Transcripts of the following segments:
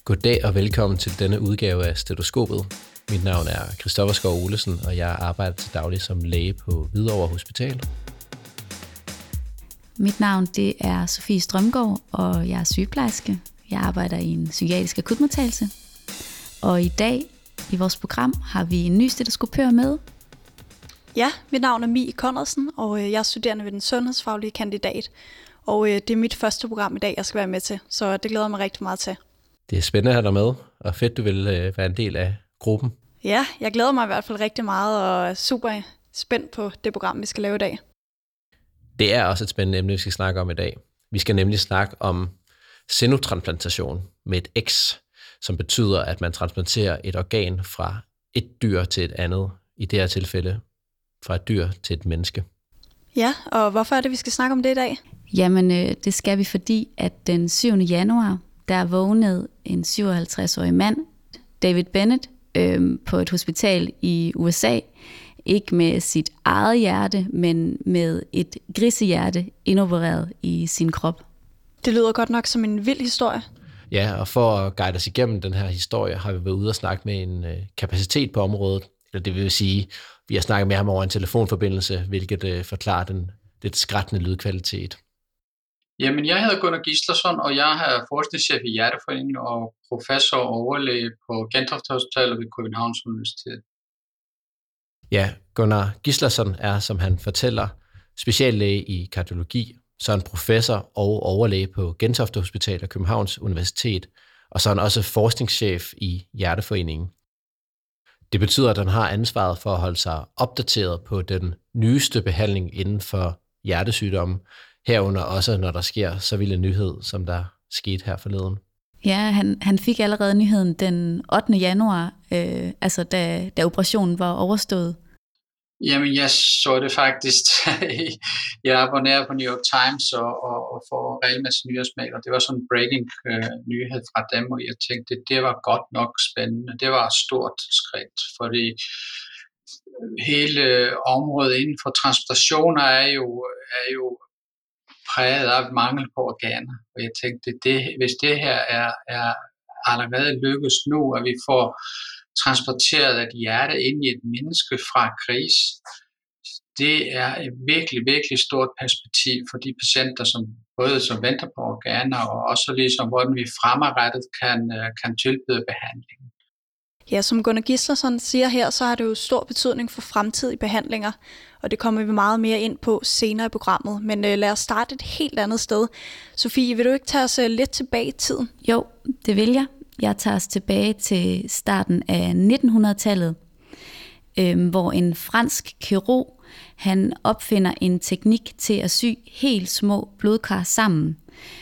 Goddag og velkommen til denne udgave af Stetoskopet. Mit navn er Christoffer Skov Olesen, og jeg arbejder til daglig som læge på Hvidovre Hospital. Mit navn det er Sofie Strømgaard, og jeg er sygeplejerske. Jeg arbejder i en psykiatrisk akutmodtagelse. Og i dag i vores program har vi en ny stetoskopør med. Ja, mit navn er Mie Conradsen, og jeg er studerende ved den sundhedsfaglige kandidat. Og det er mit første program i dag, jeg skal være med til, så det glæder mig rigtig meget til. Det er spændende at have dig med, og fedt, du vil være en del af gruppen. Ja, jeg glæder mig i hvert fald rigtig meget, og er super spændt på det program, vi skal lave i dag. Det er også et spændende emne, vi skal snakke om i dag. Vi skal nemlig snakke om xenotransplantation med et X, som betyder, at man transplanterer et organ fra et dyr til et andet, i det her tilfælde fra et dyr til et menneske. Ja, og hvorfor er det, vi skal snakke om det i dag? Jamen, det skal vi, fordi at den 7. januar, der vågnede en 57-årig mand, David Bennett, på et hospital i USA, ikke med sit eget hjerte, men med et grisehjerte indopereret i sin krop. Det lyder godt nok som en vild historie. Ja, og for at guide os igennem den her historie, har vi været ude og snakke med en kapacitet på området. Eller det vil sige, vi har snakket med ham over en telefonforbindelse, hvilket forklarer den lidt skrættende lydkvalitet. Jamen, jeg hedder Gunnar Gislason, og jeg er forskningschef i Hjerteforeningen og professor og overlæge på Gentofte Hospital ved Københavns Universitet. Ja, Gunnar Gislason er, som han fortæller, speciallæge i kardiologi, så er han professor og overlæge på Gentofte Hospital og Københavns Universitet, og så er han også forskningschef i Hjerteforeningen. Det betyder, at han har ansvaret for at holde sig opdateret på den nyeste behandling inden for hjertesygdomme, herunder også, når der sker så vild en nyhed, som der skete her forleden. Ja, han fik allerede nyheden den 8. januar, altså da operationen var overstået. Jamen, jeg så det faktisk. Jeg abonnerer på New York Times og får regelmæssigt nyhedsmail, og det var sådan en breaking nyhed fra dem, og jeg tænkte, det var godt nok spændende. Det var et stort skridt, fordi hele området inden for transplantationer er jo præget af mangel på organer. Og jeg tænkte, hvis det her er allerede lykkes nu, at vi får transporteret et hjerte ind i et menneske fra gris, det er et virkelig, virkelig stort perspektiv for de patienter, som venter på organer, og også ligesom, hvordan vi fremadrettet kan tilbyde behandling. Ja, som Gunnar Gislason siger her, så har det jo stor betydning for fremtidige behandlinger, og det kommer vi meget mere ind på senere i programmet. Men lad os starte et helt andet sted. Sofie, vil du ikke tage os lidt tilbage i tiden? Jo, det vil jeg. Jeg tager os tilbage til starten af 1900-tallet, hvor en fransk kirurg, han opfinder en teknik til at sy helt små blodkar sammen.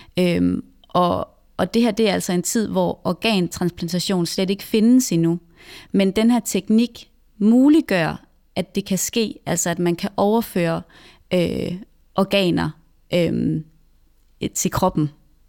Og det her, det er altså en tid, hvor organtransplantation slet ikke findes endnu. Men den her teknik muliggør, at det kan ske, altså at man kan overføre organer til kroppen.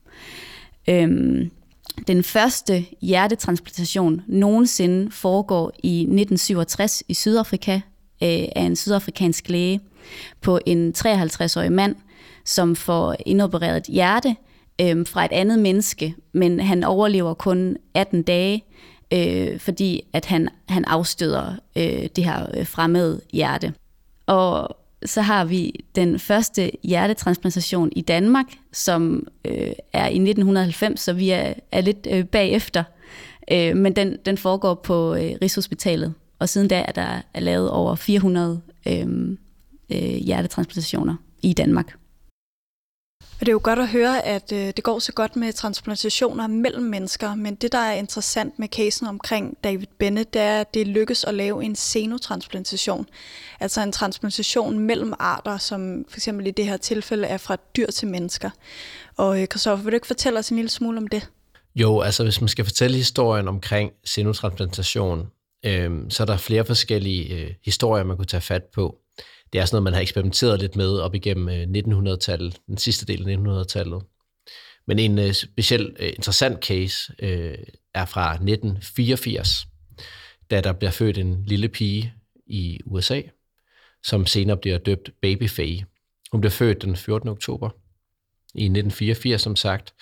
Den første hjertetransplantation nogensinde foregår i 1967 i Sydafrika af en sydafrikansk læge på en 53-årig mand, som får indopereret et hjerte fra et andet menneske, men han overlever kun 18 dage, fordi at han afstøder det her fremmede hjerte. Og så har vi den første hjertetransplantation i Danmark, som er i 1990, så vi er lidt bagefter. Men den foregår på Rigshospitalet, og siden da er der lavet over 400 hjertetransplantationer i Danmark. Og det er jo godt at høre, at det går så godt med transplantationer mellem mennesker, men det, der er interessant med casen omkring David Bennett, det er, at det lykkes at lave en xenotransplantation. Altså en transplantation mellem arter, som for eksempel i det her tilfælde er fra dyr til mennesker. Og Christoffer, vil du ikke fortælle os en lille smule om det? Jo, altså hvis man skal fortælle historien omkring xenotransplantation, så er der flere forskellige historier, man kunne tage fat på. Det er sådan noget, man har eksperimenteret lidt med op igennem 1900-tallet, den sidste del af 1900-tallet. Men en specielt interessant case er fra 1984, da der bliver født en lille pige i USA, som senere bliver døbt Baby Faye. Hun blev født den 14. oktober i 1984, som sagt,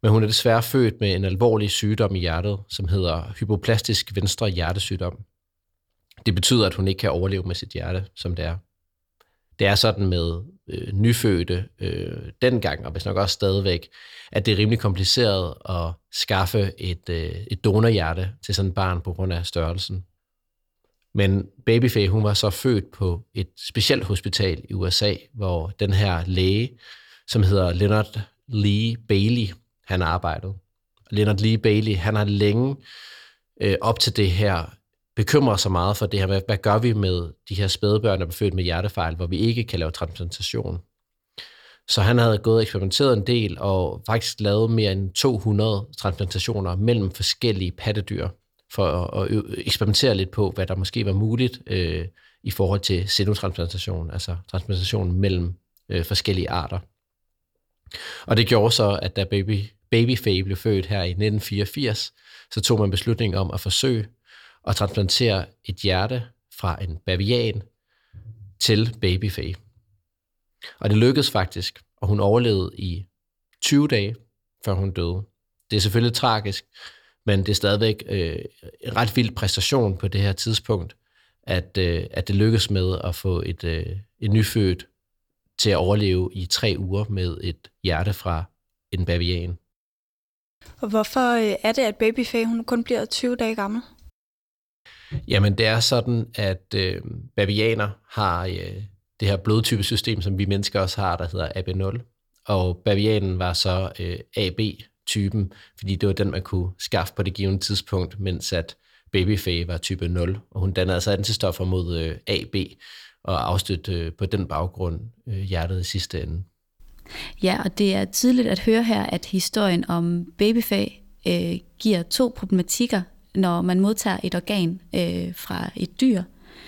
Men hun er desværre født med en alvorlig sygdom i hjertet, som hedder hypoplastisk venstre hjertesygdom. Det betyder, at hun ikke kan overleve med sit hjerte, som det er. Det er sådan med nyfødte dengang, og hvis nok også stadigvæk, at det er rimelig kompliceret at skaffe et donorhjerte til sådan et barn på grund af størrelsen. Men Baby Faye, hun var så født på et specielt hospital i USA, hvor den her læge, som hedder Leonard Lee Bailey, han arbejdede. Leonard Lee Bailey, han har længe op til det her bekymrer sig meget for det her med, hvad gør vi med de her spædbørn, der er født med hjertefejl, hvor vi ikke kan lave transplantation. Så han havde gået og eksperimenteret en del, og faktisk lavet mere end 200 transplantationer mellem forskellige pattedyr, for at eksperimentere lidt på, hvad der måske var muligt i forhold til xenotransplantation, altså transplantation mellem forskellige arter. Og det gjorde så, at da Baby Faye blev født her i 1984, så tog man beslutningen om at forsøge at transplantere et hjerte fra en bavian til Baby Faye. Og det lykkedes faktisk, og hun overlevede i 20 dage, før hun døde. Det er selvfølgelig tragisk, men det er stadigvæk en ret vild præstation på det her tidspunkt, at det lykkedes med at få et nyfødt til at overleve i 3 uger med et hjerte fra en bavian. Og hvorfor er det, at Baby Faye hun kun bliver 20 dage gammel? Jamen, det er sådan, at bavianer har det her blodtypesystem, som vi mennesker også har, der hedder AB0. Og bavianen var så AB-typen, fordi det var den, man kunne skaffe på det givne tidspunkt, mens at Baby Faye var type 0. Og hun dannede altså antistoffer mod AB og afstødte på den baggrund hjertet i sidste ende. Ja, og det er tydeligt at høre her, at historien om Baby Faye giver 2 problematikker, når man modtager et organ fra et dyr.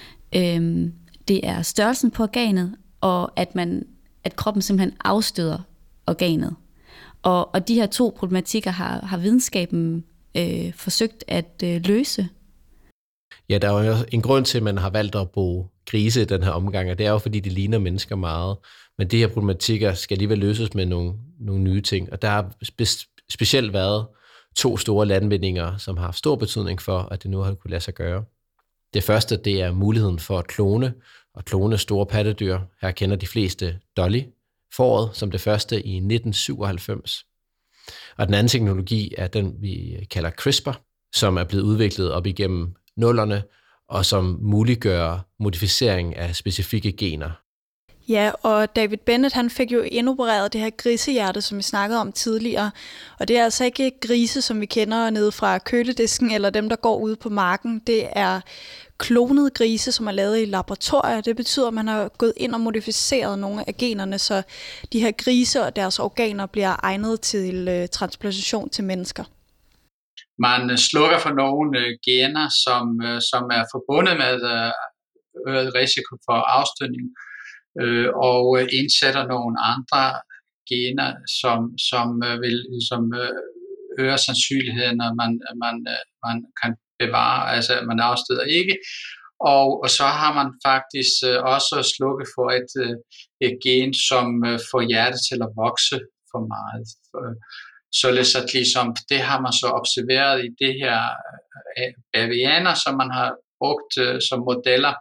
Det er størrelsen på organet, og at kroppen simpelthen afstøder organet. Og de her 2 problematikker har videnskaben forsøgt at løse. Ja, der er jo en grund til, at man har valgt at bruge grise i den her omgang, og det er jo, fordi de ligner mennesker meget. Men de her problematikker skal alligevel løses med nogle nye ting, og der har specielt været 2 store landvindinger, som har haft stor betydning for, at det nu har kunne lade sig gøre. Det første, det er muligheden for at klone store pattedyr. Her kender de fleste Dolly, fåret, som det første i 1997. Og den anden teknologi er den, vi kalder CRISPR, som er blevet udviklet op igennem 00'erne, og som muliggør modificering af specifikke gener. Ja, og David Bennett, han fik jo indopereret det her grisehjerte, som vi snakkede om tidligere. Og det er altså ikke grise, som vi kender nede fra køledisken, eller dem, der går ude på marken. Det er klonede grise, som er lavet i laboratorier. Det betyder, at man har gået ind og modificeret nogle af generne, så de her grise og deres organer bliver egnet til transplantation til mennesker. Man slukker for nogle gener, som er forbundet med øget risiko for afstødning, og indsætter nogle andre gener, som øger sandsynligheden, at man kan bevare, altså man afstøder ikke. Og så har man faktisk også slukket for et gen, som får hjertet til at vokse for meget. Således at ligesom, det har man så observeret i det her bavianer, som man har brugt som modeller,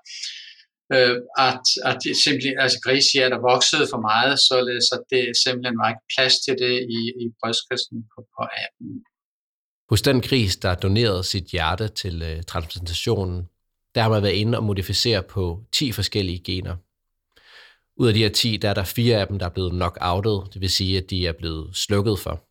at det simpelthen, altså grisehjerter voksede for meget, således at det simpelthen var ikke plads til det i brystkassen på aben. Hos den gris, der donerede sit hjerte til transplantationen, der har man været inde og modificere på 10 forskellige gener. Ud af de her 10, der er der 4 af dem, der er blevet knock-outet, det vil sige, at de er blevet slukket for.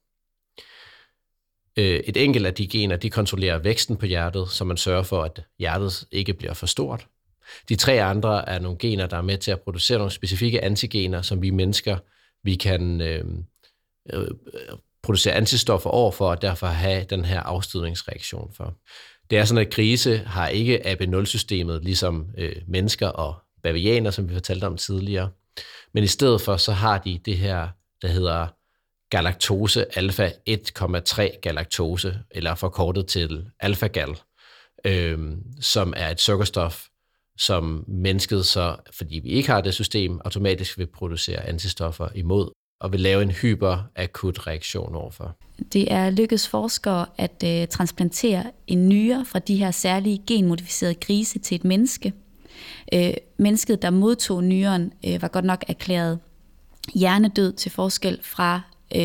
Et enkelt af de gener, de kontrollerer væksten på hjertet, så man sørger for, at hjertet ikke bliver for stort. De 3 andre er nogle gener, der er med til at producere nogle specifikke antigener, som vi mennesker vi kan producere antistoffer overfor, og derfor have den her afstødningsreaktion for. Det er sådan, at grise har ikke AB0-systemet, ligesom mennesker og bavianer, som vi fortalte om tidligere. Men i stedet for, så har de det her, der hedder galaktose alfa 1,3 galaktose, eller forkortet til alfagal, som er et sukkerstof, som mennesket så, fordi vi ikke har det system, automatisk vil producere antistoffer imod. og vil lave en hyperakut reaktion overfor. Det er lykkedes forskere at transplantere en nyre fra de her særlige genmodificerede grise til et menneske. Mennesket, der modtog nyren, var godt nok erklæret hjernedød til forskel fra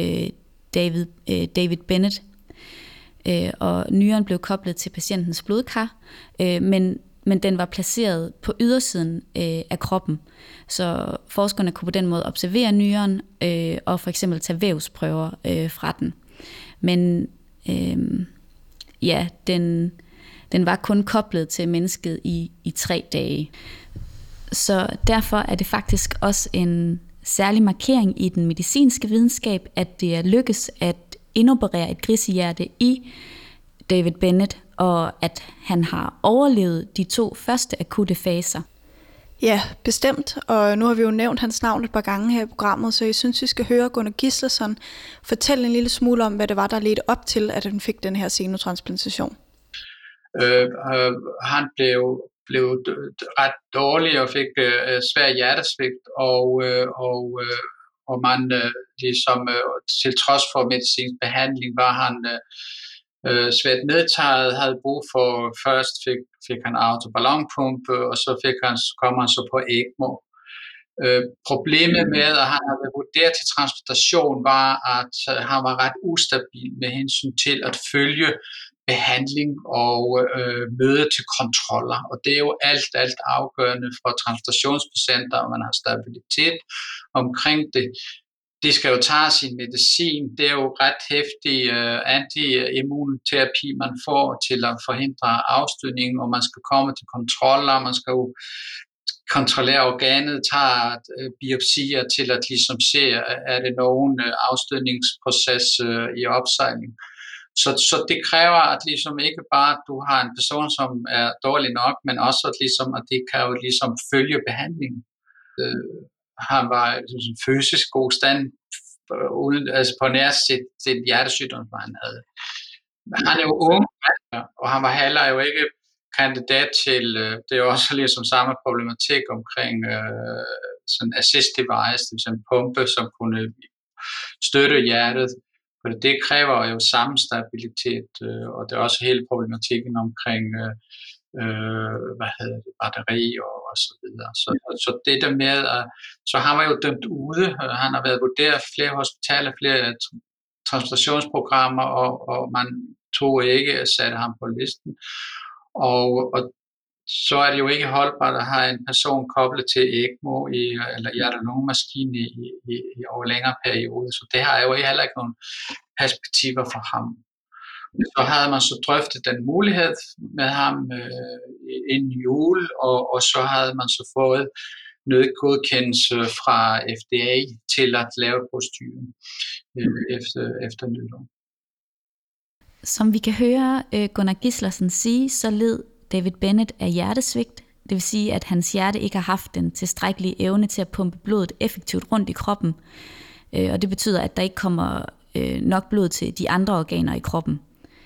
David Bennett. Og nyren blev koblet til patientens blodkar, men den var placeret på ydersiden af kroppen. Så forskerne kunne på den måde observere nyren og for eksempel tage vævsprøver fra den. Men den var kun koblet til mennesket i 3 dage. Så derfor er det faktisk også en særlig markering i den medicinske videnskab, at det er lykkes at indoperere et grisehjerte i David Bennett, og at han har overlevet de 2 første akutte faser. Ja, bestemt. Og nu har vi jo nævnt hans navn et par gange her i programmet, så jeg synes, vi skal høre Gunnar Gislason fortælle en lille smule om, hvad det var, der ledte op til, at han fik den her senotransplantation. Han blev ret dårlig og fik svær hjertesvigt, og man ligesom til trods for medicinsk behandling var han svært nedtaget, havde brug for, først fik han autoballonpumpe, og så kom han så på ECMO. Problemet med, at han havde vurderet til transplantation, var, at han var ret ustabil med hensyn til at følge behandling og møde til kontroller. Og det er jo alt afgørende for transplantationspatienter, at man har stabilitet omkring det. De skal jo tage sin medicin. Det er jo ret hæftig antiimmunterapi, man får til at forhindre afstødning, og man skal komme til kontroller. Man skal jo kontrollere organet, tage biopsier til at ligesom se, er det nogen afstødningsproces i opsejling. Så det kræver, at ligesom ikke bare, at du har en person, som er dårlig nok, men også at, ligesom, at det kan jo ligesom følge behandlingen. Han var en fysisk god stand, uden, altså på nær sit hjertesygdom, som han havde. Han er jo ung, og han var heller jo ikke kandidat til, det er også ligesom samme problematik omkring sådan assist device, det vil sige en pumpe, som kunne støtte hjertet. For det kræver jo samme stabilitet, og det er også hele problematikken omkring batteri og så videre. Så det der med, så han var jo dømt ude. Han har været vurderet flere hospitaler, flere transplantationsprogrammer, og man tog ikke at sætte ham på listen. Og så er det jo ikke holdbart at have en person koblet til ECMO eller hjerte-lungemaskine i over længere periode. Så det har jo heller ikke nogen perspektiver for ham. Så havde man så drøftet den mulighed med ham inden jul, og så havde man så fået nødgodkendelse fra FDA til at lave proceduren efter nytår. Som vi kan høre Gunnar Gislason sige, så led David Bennett af hjertesvigt. Det vil sige, at hans hjerte ikke har haft den tilstrækkelige evne til at pumpe blodet effektivt rundt i kroppen. Og det betyder, at der ikke kommer nok blod til de andre organer i kroppen.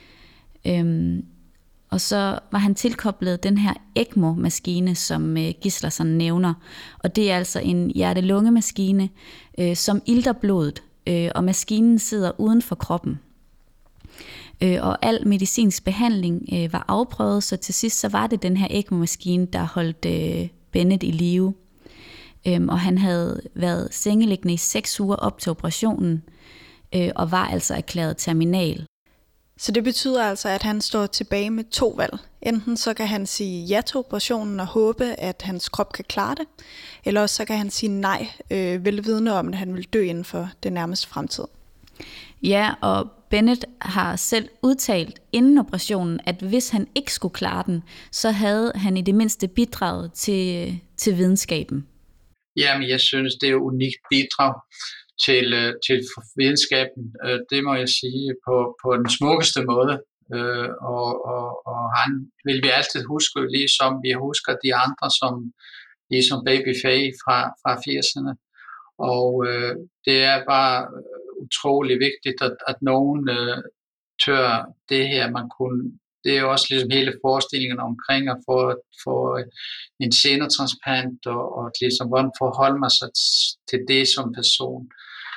Og så var han tilkoblet den her ECMO-maskine, som Gislason nævner. Og det er altså en hjerte-lunge-maskine, som ilter blodet, og maskinen sidder uden for kroppen. Og al medicinsk behandling var afprøvet, så til sidst så var det den her ECMO-maskine, der holdt Bennett i live. Og han havde været sengeliggende i 6 uger op til operationen, og var altså erklæret terminal. Så det betyder altså, at han står tilbage med 2 valg. Enten så kan han sige ja til operationen og håbe, at hans krop kan klare det, eller også så kan han sige nej, velvidende om, at han vil dø inden for den nærmeste fremtid. Ja, og Bennett har selv udtalt inden operationen, at hvis han ikke skulle klare den, så havde han i det mindste bidraget til videnskaben. Jamen, jeg synes, det er jo unikt bidrag til videnskaben. Det må jeg sige på den smukkeste måde. Og han vil vi altid huske, ligesom vi husker de andre, ligesom Baby Faye fra 80'erne. Og det er bare utrolig vigtigt, at nogen tør det her. Det er jo også ligesom hele forestillingen omkring at få en senotransplant, og ligesom hvordan forholder man sig til det som person.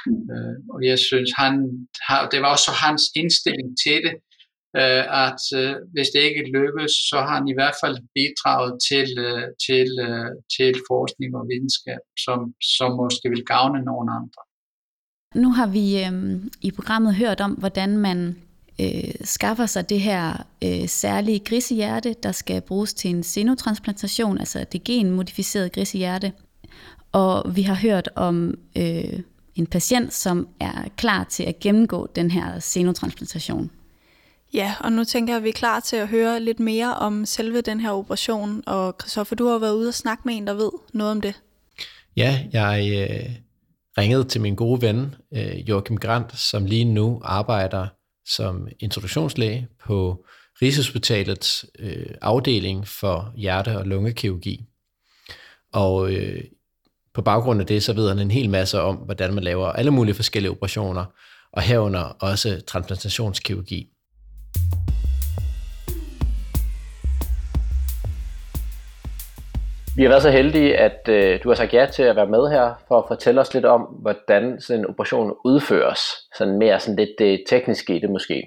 Og jeg synes, det var også hans indstilling til det, at hvis det ikke lykkes, så har han i hvert fald bidraget til forskning og videnskab, som måske vil gavne nogen andre. Nu har vi i programmet hørt om, hvordan man skaffer sig det her særlige grisehjerte, der skal bruges til en xenotransplantation, altså det genmodificerede grisehjerte. Og vi har hørt om en patient, som er klar til at gennemgå den her xenotransplantation. Ja, og nu tænker jeg, at vi er klar til at høre lidt mere om selve den her operation. Og Christoffer, du har været ude og snakke med en, der ved noget om det. Ja, jeg ringede til min gode ven, Joachim Grant, som lige nu arbejder som introduktionslæge på Rigshospitalets afdeling for hjerte- og lungekirurgi. Og på baggrund af det, så ved han en hel masse om, hvordan man laver alle mulige forskellige operationer, og herunder også transplantationskirurgi. Vi har været så heldige, at du har sagt ja til at være med her, for at fortælle os lidt om, hvordan sådan en operation udføres. Sådan mere sådan lidt det tekniske i det måske.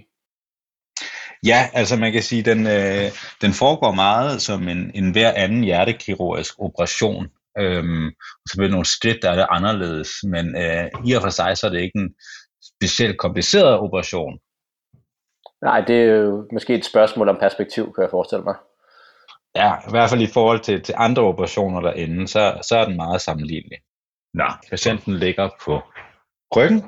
Ja, altså man kan sige, den foregår meget som en hver anden hjertekirurgisk operation. Selvfølgelig nogle skridt, der er det anderledes, men i og for sig, så er det ikke en specielt kompliceret operation. Nej, det er jo måske et spørgsmål om perspektiv, kan jeg forestille mig. Ja, i hvert fald i forhold til andre operationer derinde, så er den meget sammenlignelig. Patienten ligger på ryggen,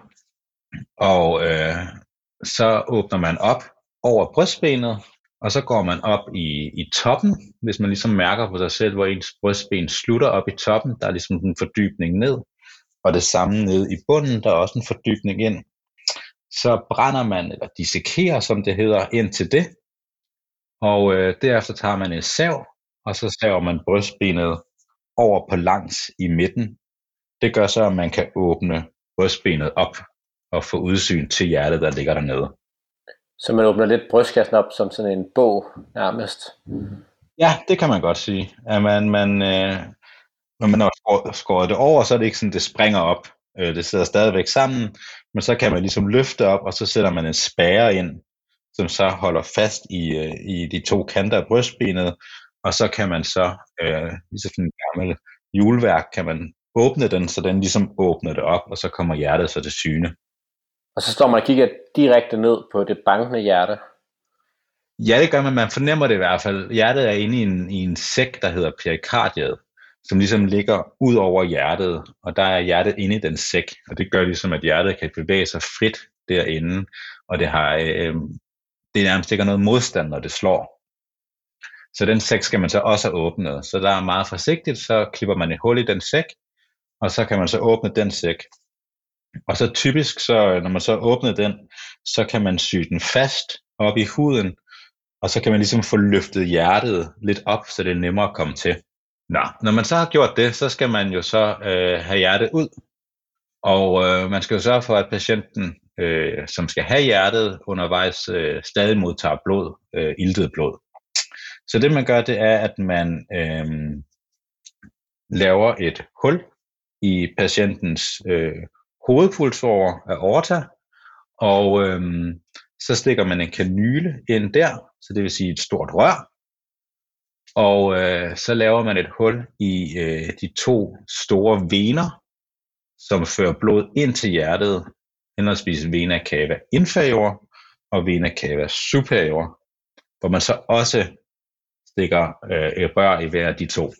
og så åbner man op over brystbenet, og så går man op i toppen, hvis man ligesom mærker på sig selv, hvor ens brystben slutter op i toppen. Der er ligesom en fordybning ned, og det samme nede i bunden, der er også en fordybning ind. Så brænder man, eller dissekerer, som det hedder, ind til det, og derefter tager man en sav, og så saver man brystbenet over på langs i midten. Det gør så, at man kan åbne brystbenet op og få udsyn til hjertet, der ligger dernede. Så man åbner lidt brystkassen op som sådan en bog nærmest? Ja, det kan man godt sige. At når man har skåret det over, så er det ikke sådan, det springer op. Det sidder stadigvæk sammen, men så kan man ligesom løfte op, og så sætter man en spærre ind, som så holder fast i de to kanter af brystbenet, og så kan man så, ligesom en gammel hjulværk, kan man åbne den, så den ligesom åbner det op, og så kommer hjertet så til syne. Og så står man og kigger direkte ned på det bankende hjerte? Ja, det gør man. Man fornemmer det i hvert fald. Hjertet er inde i en sæk, der hedder perikardiet, som ligesom ligger ud over hjertet, og der er hjertet inde i den sæk, og det gør ligesom, at hjertet kan bevæge sig frit derinde, og det er nærmest ikke noget modstand, når det slår. Så den sæk skal man så også have åbnet. Så der er meget forsigtigt, så klipper man et hul i den sæk, og så kan man så åbne den sæk. Og så typisk, så, når man så åbner den, så kan man sy den fast op i huden, og så kan man ligesom få løftet hjertet lidt op, så det er nemmere at komme til. Når man så har gjort det, så skal man jo så have hjertet ud, og man skal jo sørge for, at patienten, som skal have hjertet undervejs, stadig modtager blod, iltet blod. Så det man gør, det er, at man laver et hul i patientens hovedpulsåre af aorta, og så stikker man en kanyle ind der, så det vil sige et stort rør, og så laver man et hul i de to store vener, som fører blod ind til hjertet, henholdsvis vena cava inferior og vena cava superior, hvor man så også stikker et rør i hver af de to.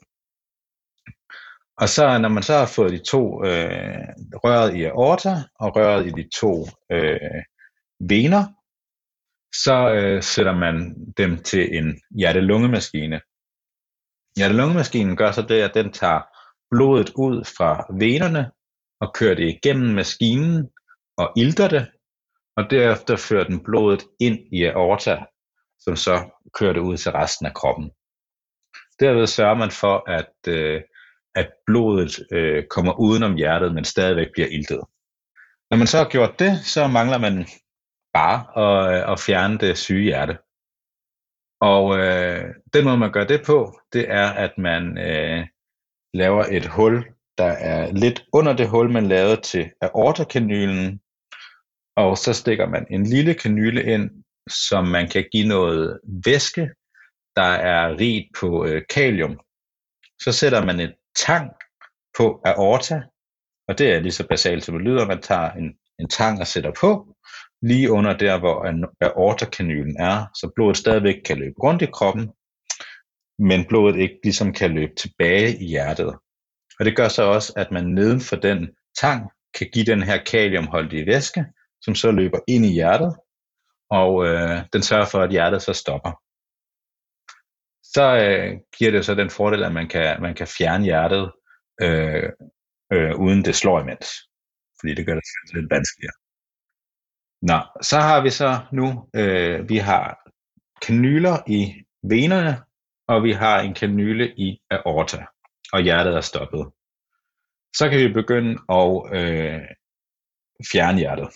Og så når man så har fået de to røret i aorta og røret i de to vener, så sætter man dem til en hjerte-lungemaskine. Hjerte-lungemaskinen gør så det, at den tager blodet ud fra venerne og kører det igennem maskinen og ilter det, og derefter fører den blodet ind i aorta, som så kører det ud til resten af kroppen. Derved sørger man for, at blodet kommer udenom hjertet, men stadigvæk bliver iltet. Når man så har gjort det, så mangler man bare at fjerne det syge hjerte. Og den måde, man gør det på, det er, at man laver et hul der er lidt under det hul, man lavede til aortakanylen, og så stikker man en lille kanyle ind, som man kan give noget væske, der er rigt på kalium. Så sætter man et tang på aorta, og det er lige så basalt som det lyder. Man tager en tang og sætter på, lige under der, hvor aortakanylen er, så blodet stadigvæk kan løbe rundt i kroppen, men blodet ikke ligesom kan løbe tilbage i hjertet. Og det gør så også, at man neden for den tang kan give den her kaliumholdige væske, som så løber ind i hjertet, og den sørger for, at hjertet så stopper. Så giver det så den fordel, at man kan fjerne hjertet, uden det slår imens. Fordi det gør det lidt vanskeligere. Nå, så har vi så nu, vi har kanyler i venerne, og vi har en kanyle i aorta, og hjertet er stoppet. Så kan vi begynde at fjerne hjertet.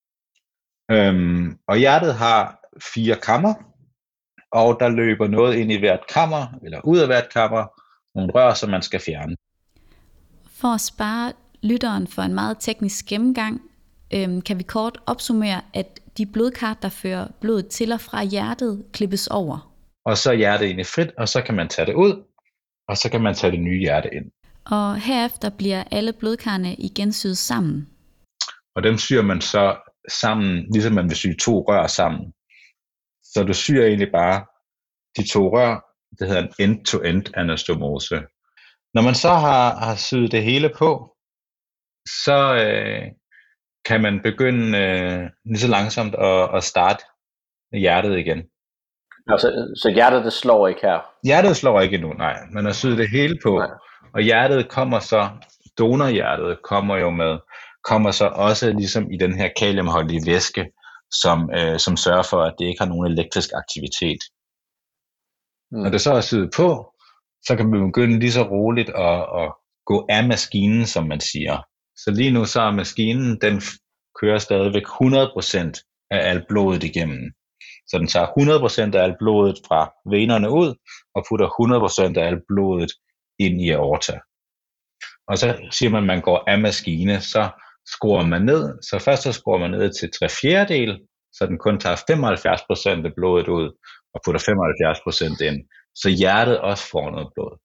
Og hjertet har 4 kammer, og der løber noget ind i hvert kammer, eller ud af hvert kammer, nogle rør, som man skal fjerne. For at spare lytteren for en meget teknisk gennemgang, kan vi kort opsummere, at de blodkar, der fører blodet til og fra hjertet, klippes over. Og så er hjertet egentlig frit, og så kan man tage det ud, og så kan man tage det nye hjerte ind. Og herefter bliver alle blodkarrene igen syet sammen. Og dem syr man så sammen, ligesom man vil sy 2 rør sammen. Så du syr egentlig bare de 2 rør, det hedder en end-to-end anastomose. Når man så har syet det hele på, så kan man begynde lige så langsomt at starte hjertet igen. Altså, så hjertet det slår ikke her? Hjertet slår ikke endnu, nej. Man har syet det hele på. Nej. Og hjertet kommer så, donorhjertet kommer så også ligesom i den her kaliumholdige væske, som sørger for, at det ikke har nogen elektrisk aktivitet. Når det så er syet på, så kan man begynde lige så roligt at gå af maskinen, som man siger. Så lige nu så er maskinen, den kører stadigvæk 100% af alt blodet igennem. Så den tager 100% af alt blodet fra venerne ud, og putter 100% af alt blodet ind i aorta. Og så siger man, at man går af maskine, så skruer man ned. Så først så skruer man ned til 3/4, så den kun tager 75% af blodet ud, og putter 75% ind. Så hjertet også får noget blod.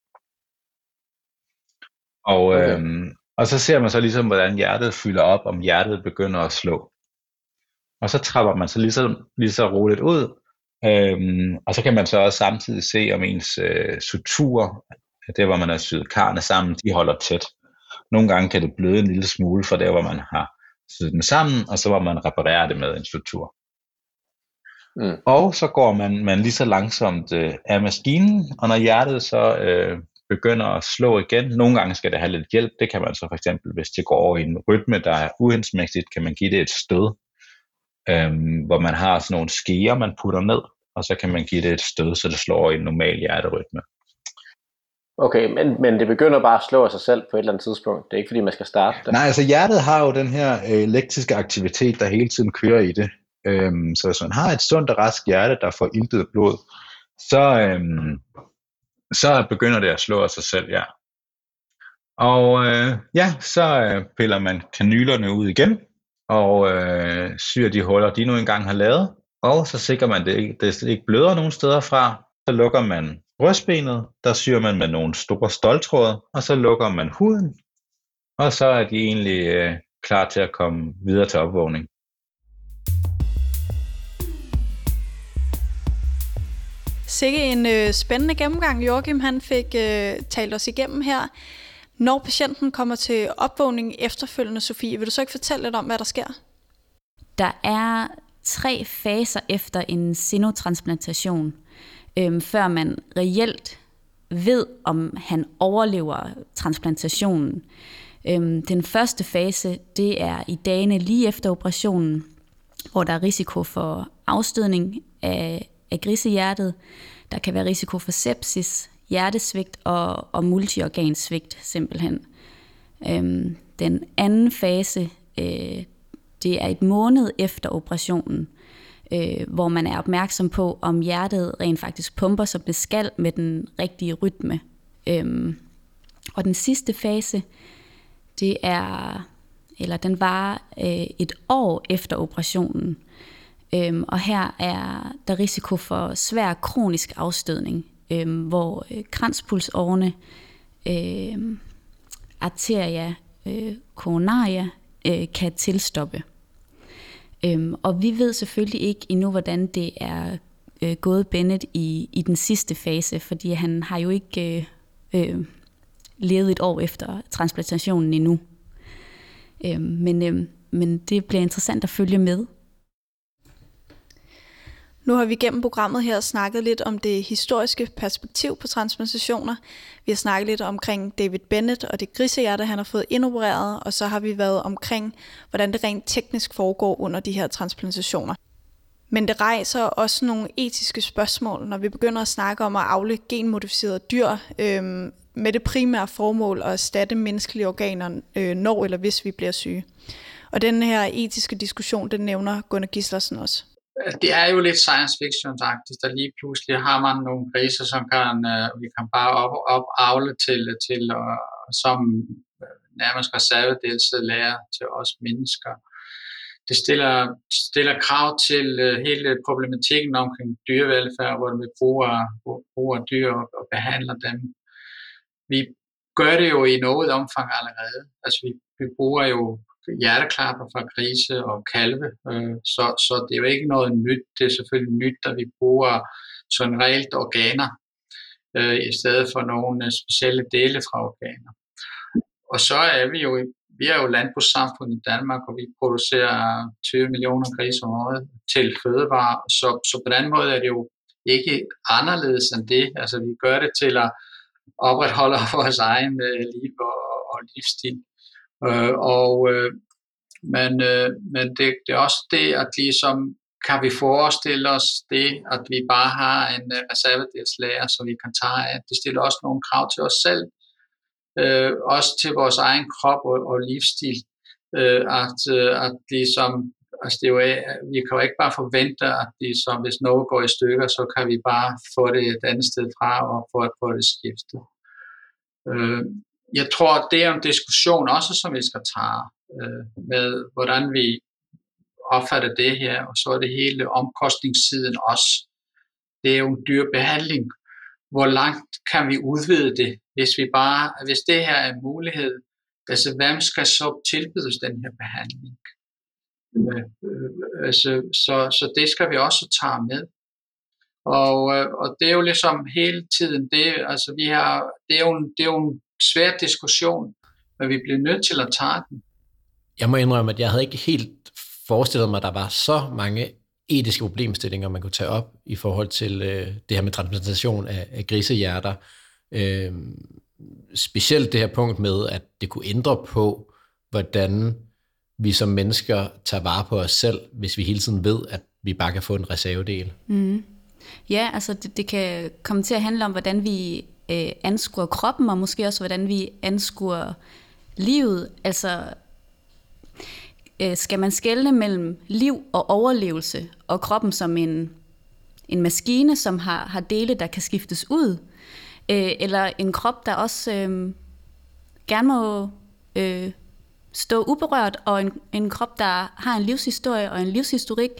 Og, og så ser man så ligesom, hvordan hjertet fylder op, om hjertet begynder at slå. Og så trapper man så lige så roligt ud, og så kan man så også samtidig se, om ens suturer, det hvor man har syet karrene sammen, de holder tæt. Nogle gange kan det bløde en lille smule fra der, hvor man har syet dem sammen, og så må man reparere det med en sutur. Og så går man lige så langsomt af maskinen, og når hjertet så begynder at slå igen, nogle gange skal det have lidt hjælp. Det kan man så for eksempel, hvis det går over i en rytme, der er uhensigtsmæssigt, kan man give det et stød, hvor man har sådan nogle skeer, man putter ned, og så kan man give det et stød, så det slår i en normal hjerterytme. Okay, men det begynder bare at slå af sig selv på et eller andet tidspunkt. Det er ikke fordi, man skal starte det. Nej, altså hjertet har jo den her elektriske aktivitet, der hele tiden kører i det. Så hvis man har et sundt og rask hjerte, der får iltet blod, så begynder det at slå af sig selv, ja. Og så piller man kanylerne ud igen, og syr de huller, de nu engang har lavet, og så sikrer man, at det ikke bløder nogen steder fra. Så lukker man brystbenet, der syr man med nogle store ståltråde, og så lukker man huden, og så er de egentlig klar til at komme videre til opvågning. Sikke en spændende gennemgang, Joachim han fik talt os igennem her. Når patienten kommer til opvågning efterfølgende, Sofie, vil du så ikke fortælle lidt om, hvad der sker? Der er 3 faser efter en xenotransplantation, før man reelt ved, om han overlever transplantationen. Den første fase, det er i dagene lige efter operationen, hvor der er risiko for afstødning af grisehjertet. Der kan være risiko for sepsis, hjertesvigt og multiorgansvigt simpelthen. Den anden fase, det er 1 måned efter operationen, hvor man er opmærksom på, om hjertet rent faktisk pumper, som det skal, med den rigtige rytme. Og den sidste fase, Den var et år efter operationen. Og her er der risiko for svær kronisk afstødning, hvor kranspulsårene, arteria coronaria kan tilstoppe. Og vi ved selvfølgelig ikke endnu, hvordan det er gået Bennett i den sidste fase, fordi han har jo ikke levet et år efter transplantationen endnu. Men det bliver interessant at følge med. Nu har vi gennem programmet her snakket lidt om det historiske perspektiv på transplantationer. Vi har snakket lidt omkring David Bennett og det grisehjerte, han har fået indopereret, og så har vi været omkring, hvordan det rent teknisk foregår under de her transplantationer. Men det rejser også nogle etiske spørgsmål, når vi begynder at snakke om at avle genmodificerede dyr med det primære formål at erstatte menneskelige organer, når eller hvis vi bliver syge. Og den her etiske diskussion, den nævner Gunnar Gislersen også. Det er jo lidt science fiction-agtigt, der lige pludselig har man nogle griser, som vi kan bare avle til som nærmest reservedelslærer til os mennesker. Det stiller krav til hele problematikken omkring dyrevelfærd, hvor vi bruger dyr og behandler dem. Vi gør det jo i noget omfang allerede. Altså vi bruger jo hjerteklapper fra grise og kalve, så det er jo ikke noget nyt. Det er selvfølgelig nyt, at vi bruger sådan reelt organer i stedet for nogle specielle dele fra organer. Og så er vi er jo landbrugssamfund i Danmark, og vi producerer 20 millioner grise om året til fødevarer, så på den måde er det jo ikke anderledes end det. Altså vi gør det til at opretholde vores egen liv og livsstil. Men det er også det, at ligesom kan vi forestille os det, at vi bare har en reservedelslager, som vi kan tage af. Det stiller også nogle krav til os selv, også til vores egen krop og livsstil, at ligesom, altså det er jo, vi kan jo ikke bare forvente, at ligesom, hvis noget går i stykker, så kan vi bare få det et andet sted fra og få det skiftet. Jeg tror, det er en diskussion også, som vi skal tage med, hvordan vi opfatter det her, og så er det hele omkostningssiden også. Det er jo en dyr behandling. Hvor langt kan vi udvide det, hvis det her er en mulighed? Altså, hvem skal så tilbydes den her behandling? Så det skal vi også tage med. Og det er jo ligesom hele tiden det, altså det er jo en svær diskussion, men vi bliver nødt til at tage den. Jeg må indrømme, at jeg havde ikke helt forestillet mig, at der var så mange etiske problemstillinger, man kunne tage op i forhold til det her med transplantation af grisehjerter. Specielt det her punkt med, at det kunne ændre på, hvordan vi som mennesker tager vare på os selv, hvis vi hele tiden ved, at vi bare kan få en reservedel. Mm. Ja, altså det kan komme til at handle om, hvordan vi anskuer kroppen, og måske også, hvordan vi anskuer livet. Altså, skal man skelne mellem liv og overlevelse, og kroppen som en maskine, som har dele, der kan skiftes ud, eller en krop, der også gerne må stå uberørt, og en krop, der har en livshistorie og en livshistorik,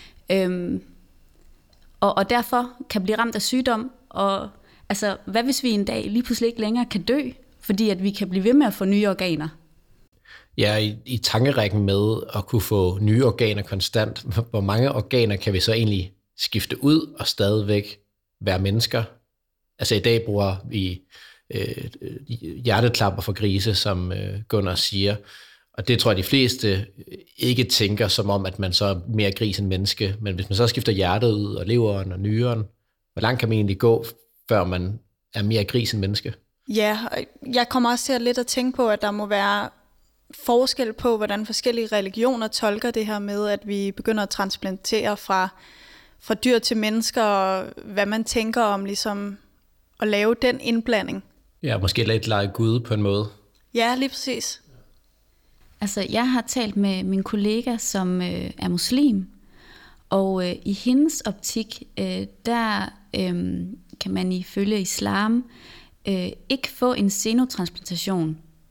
og derfor kan blive ramt af sygdom. Og altså, hvad hvis vi en dag lige pludselig ikke længere kan dø, fordi at vi kan blive ved med at få nye organer? Ja, i tankerækken med at kunne få nye organer konstant, hvor mange organer kan vi så egentlig skifte ud og stadigvæk være mennesker? Altså i dag bruger vi hjerteklapper for grise, som Gunnar siger, og det tror jeg de fleste ikke tænker som om, at man så er mere gris end menneske, men hvis man så skifter hjertet ud og leveren og nyren, hvor langt kan man egentlig gå, før man er mere gris end menneske? Ja, jeg kommer også til lidt at tænke på, at der må være forskel på, hvordan forskellige religioner tolker det her med, at vi begynder at transplantere fra dyr til mennesker, og hvad man tænker om ligesom at lave den indblanding. Ja, måske lidt lege Gud på en måde. Ja, lige præcis. Altså, jeg har talt med min kollega, som er muslim, og i hendes optik, der kan man ifølge islam ikke få en xenotransplantation,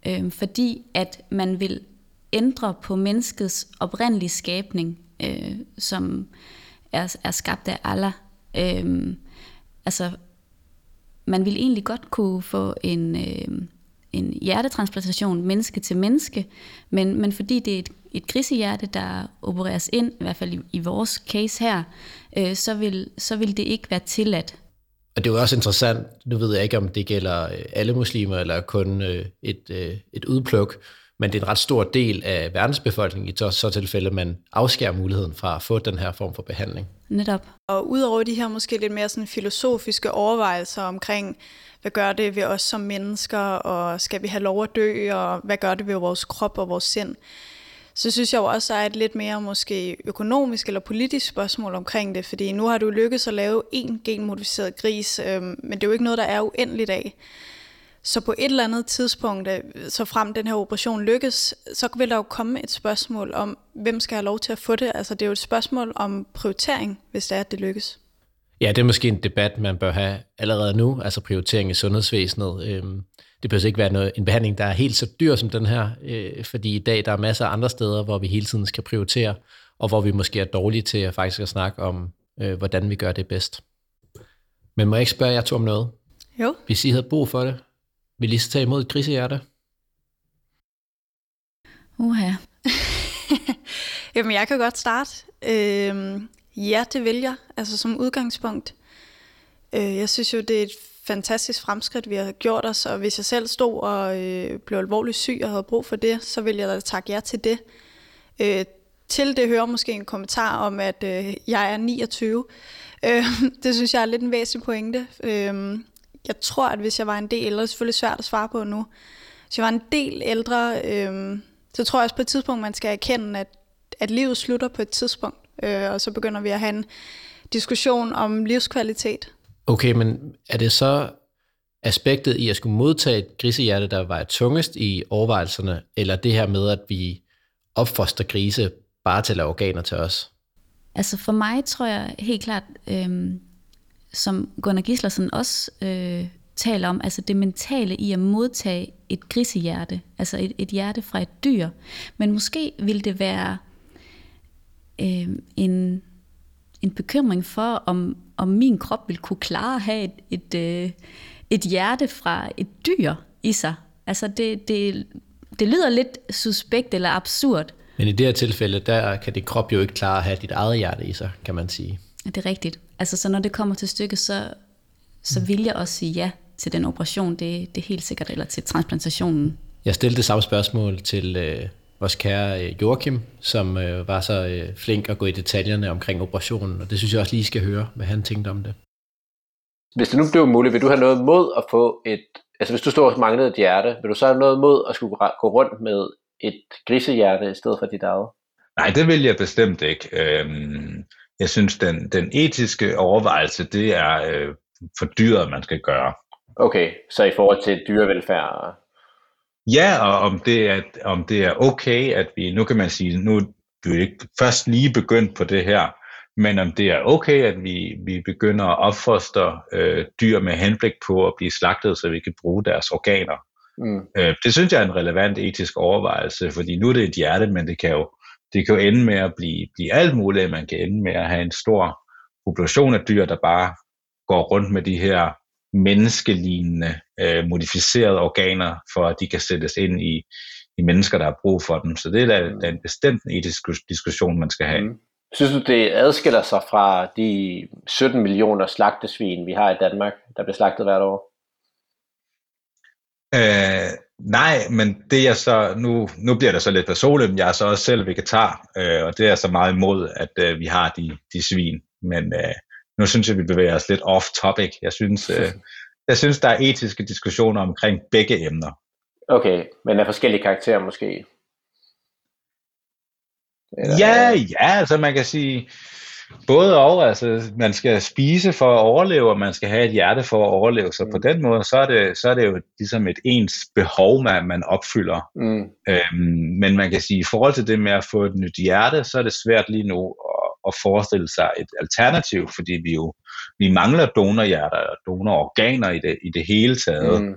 fordi at man vil ændre på menneskets oprindelige skabning, som er skabt af Allah. Altså, man vil egentlig godt kunne få en hjertetransplantation menneske til menneske, men fordi det er et grisehjerte, der opereres ind, i hvert fald i vores case her, så vil det ikke være tilladt. Og det er jo også interessant, nu ved jeg ikke, om det gælder alle muslimer, eller kun et udpluk, men det er en ret stor del af verdensbefolkningen i så tilfælde, man afskærer muligheden fra at få den her form for behandling. Netop. Og udover de her måske lidt mere sådan filosofiske overvejelser omkring, hvad gør det ved os som mennesker, og skal vi have lov at dø, og hvad gør det ved vores krop og vores sind, så synes jeg jo også, at der er et lidt mere måske økonomisk eller politisk spørgsmål omkring det, fordi nu har du lykkes at lave en genmodificeret gris, men det er jo ikke noget, der er uendeligt af. Så på et eller andet tidspunkt, så frem den her operation lykkes, så vil der jo komme et spørgsmål om, hvem skal have lov til at få det. Altså det er jo et spørgsmål om prioritering, hvis det er, at det lykkes. Ja, det er måske en debat, man bør have allerede nu, altså prioritering i sundhedsvæsenet. Det behøver ikke være en behandling, der er helt så dyr som den her, fordi i dag der er masser af andre steder, hvor vi hele tiden skal prioritere, og hvor vi måske er dårlige til at faktisk at snakke om, hvordan vi gør det bedst. Men må jeg ikke spørge jer to om noget? Jo. Hvis I havde brug for det, vil I så tage imod et grisehjerte? Uha. Jamen, jeg kan godt starte. Ja, det vil jeg, altså som udgangspunkt. Jeg synes jo, det er et fantastisk fremskridt, vi har gjort os, og hvis jeg selv stod og blev alvorligt syg og havde brug for det, så ville jeg da takke ja til det. Til det hører måske en kommentar om, at jeg er 29. Det synes jeg er lidt en væsentlig pointe. Jeg tror, at hvis jeg var en del ældre, det er selvfølgelig svært at svare på nu, hvis jeg var en del ældre, så tror jeg også på et tidspunkt, man skal erkende, at livet slutter på et tidspunkt, og så begynder vi at have en diskussion om livskvalitet. Okay, men er det så aspektet i at skulle modtage et grisehjerte, der var tungest i overvejelserne, eller det her med, at vi opfoster grise bare til at lave organer til os? Altså for mig tror jeg helt klart, som Gunnar Gislersen også taler om, altså det mentale i at modtage et grisehjerte, altså et hjerte fra et dyr. Men måske vil det være en bekymring for, om min krop vil kunne klare at have et hjerte fra et dyr i sig. Altså det lyder lidt suspekt eller absurd. Men i det her tilfælde, der kan din krop jo ikke klare at have dit eget hjerte i sig, kan man sige. Det er rigtigt. Altså så når det kommer til stykket, så vil jeg også sige ja til den operation. Det er helt sikkert, eller til transplantationen. Jeg stillede det samme spørgsmål til vores kære Joachim, som var så flink at gå i detaljerne omkring operationen, og det synes jeg også lige skal høre, hvad han tænkte om det. Hvis det nu blev muligt, vil du have noget mod at få altså hvis du stod og manglede et hjerte, vil du så have noget mod at skulle gå rundt med et grisehjerte i stedet for dit eget? Nej, det vil jeg bestemt ikke. Jeg synes, den etiske overvejelse, det er for dyret, man skal gøre. Okay, så i forhold til dyrevelfærd? Ja, og om det er okay, at vi, nu kan man sige, nu er vi ikke først lige begyndt på det her, men om det er okay, at vi begynder at opfostre dyr med henblik på at blive slagtet, så vi kan bruge deres organer. Det synes jeg er en relevant etisk overvejelse, fordi nu er det et hjerte, men det kan jo ende med at blive alt muligt. Man kan ende med at have en stor population af dyr, der bare går rundt med de her menneskelignende modificerede organer, for at de kan sættes ind i mennesker, der har brug for dem. Så det er en bestemt etisk diskussion, man skal have. Synes du, det adskiller sig fra de 17 millioner slagtesvin, vi har i Danmark, der bliver slagtet hvert år? Nej, men det er så, nu bliver det så lidt personligt, men jeg er så også selv vegetar, og det er så meget imod, at vi har de svin. Men nu synes jeg, vi bevæger os lidt off topic. Jeg synes, der er etiske diskussioner omkring begge emner. Okay, men af forskellige karakterer måske? Eller... Ja, altså man kan sige både og, altså man skal spise for at overleve, og man skal have et hjerte for at overleve, så på den måde, så er det jo ligesom et ens behov, man opfylder. Men man kan sige, i forhold til det med at få et nyt hjerte, så er det svært lige nu at forestille sig et alternativ, fordi vi mangler donorhjerter og donororganer i det hele taget.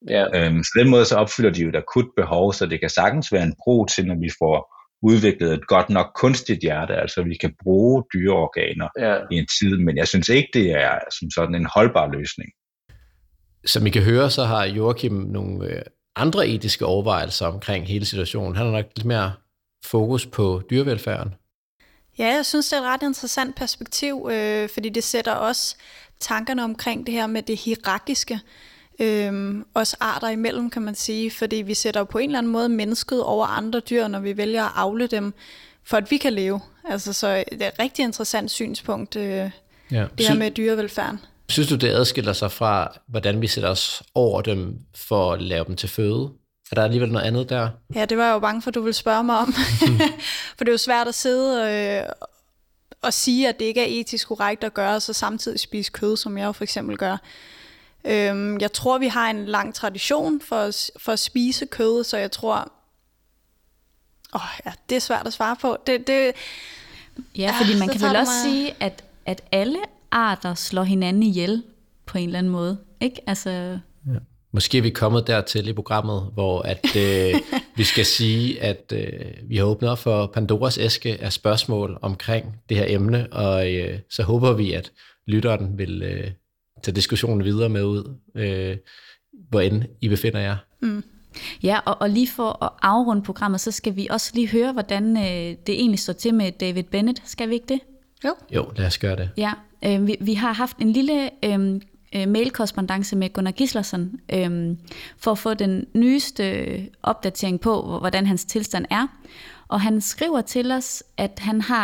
Ja. Så den måde så opfylder de jo et akut behov, så det kan sagtens være en bro til, når vi får udviklet et godt nok kunstigt hjerte, altså vi kan bruge dyreorganer i en tid, men jeg synes ikke, det er som sådan en holdbar løsning. Som I kan høre, så har Joachim nogle andre etiske overvejelser omkring hele situationen. Han har nok lidt mere fokus på dyrevelfærden. Ja, jeg synes, det er et ret interessant perspektiv, fordi det sætter også tankerne omkring det her med det hierarkiske, også arter imellem, kan man sige, fordi vi sætter på en eller anden måde mennesket over andre dyr, når vi vælger at avle dem, for at vi kan leve. Altså, så det er et rigtig interessant synspunkt, det her med dyrevelfærden. Synes du, det adskiller sig fra, hvordan vi sætter os over dem for at lave dem til føde? Er der alligevel noget andet der? Ja, det var jeg jo bange for, du ville spørge mig om. For det er jo svært at sidde og sige, at det ikke er etisk korrekt at gøre, og så samtidig spise kød, som jeg jo for eksempel gør. Jeg tror, vi har en lang tradition for at spise kød, så jeg tror... det er svært at svare på. Ja, fordi man kan vel også sige, at alle arter slår hinanden ihjel på en eller anden måde, ikke? Altså... Ja. Måske er vi kommet dertil i programmet, hvor at, vi skal sige, at vi har åbnet op for Pandoras æske af spørgsmål omkring det her emne, og så håber vi, at lytteren vil tage diskussionen videre med ud, hvor end I befinder jer. Mm. Ja, og lige for at afrunde programmet, så skal vi også lige høre, hvordan det egentlig står til med David Bennett. Skal vi ikke det? Jo, lad os gøre det. Ja, vi har haft en lille mailkorrespondance med Gunnar Gislason for at få den nyeste opdatering på, hvordan hans tilstand er. Og han skriver til os, at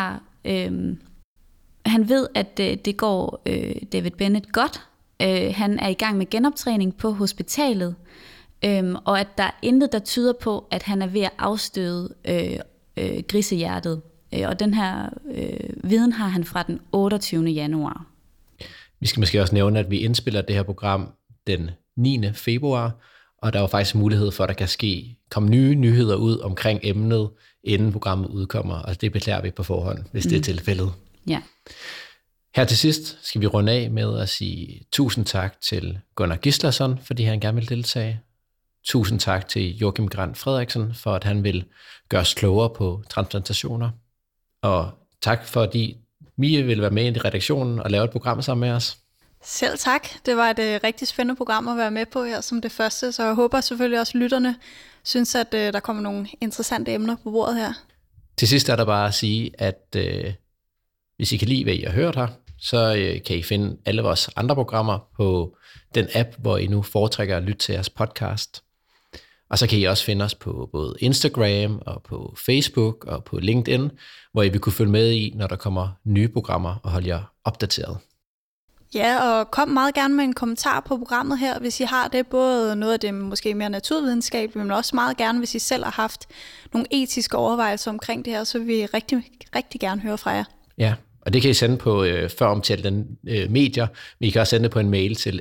han ved, at det går David Bennett godt. Han er i gang med genoptræning på hospitalet, og at der er intet, der tyder på, at han er ved at afstøde grisehjertet. Og den her viden har han fra den 28. januar. Vi skal måske også nævne, at vi indspiller det her program den 9. februar, og der er jo faktisk mulighed for, at der kan komme nye nyheder ud omkring emnet, inden programmet udkommer, og det beklager vi på forhånd, hvis det er tilfældet. Ja. Her til sidst skal vi runde af med at sige tusind tak til Gunnar Gislason, fordi han gerne vil deltage. Tusind tak til Joachim Grant Frederiksen, for at han vil gøre os klogere på transplantationer. Og tak fordi Mie vil være med i redaktionen og lave et program sammen med os. Selv tak. Det var et rigtig spændende program at være med på her som det første, så jeg håber selvfølgelig også lytterne synes, at der kommer nogle interessante emner på bordet her. Til sidst er der bare at sige, at hvis I kan lide, hvad I har hørt her, så kan I finde alle vores andre programmer på den app, hvor I nu foretrækker at lytte til jeres podcast. Og så kan I også finde os på både Instagram og på Facebook og på LinkedIn, hvor I vil kunne følge med i, når der kommer nye programmer og holde jer opdateret. Ja, og kom meget gerne med en kommentar på programmet her, hvis I har det. Både noget af det måske mere naturvidenskabeligt, men også meget gerne, hvis I selv har haft nogle etiske overvejelser omkring det her, så vil vi rigtig, rigtig gerne høre fra jer. Ja, og det kan I sende på føromtalte medier, men I kan også sende det på en mail til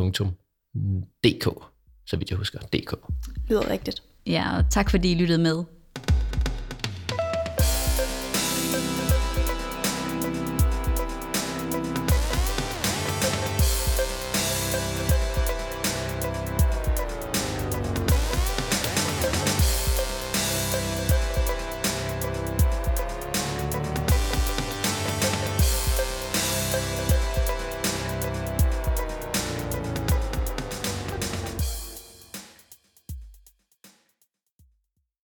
info@stetoskopet.dk, så vidt jeg husker, DK. Lyder rigtigt. Ja, og tak fordi I lyttede med.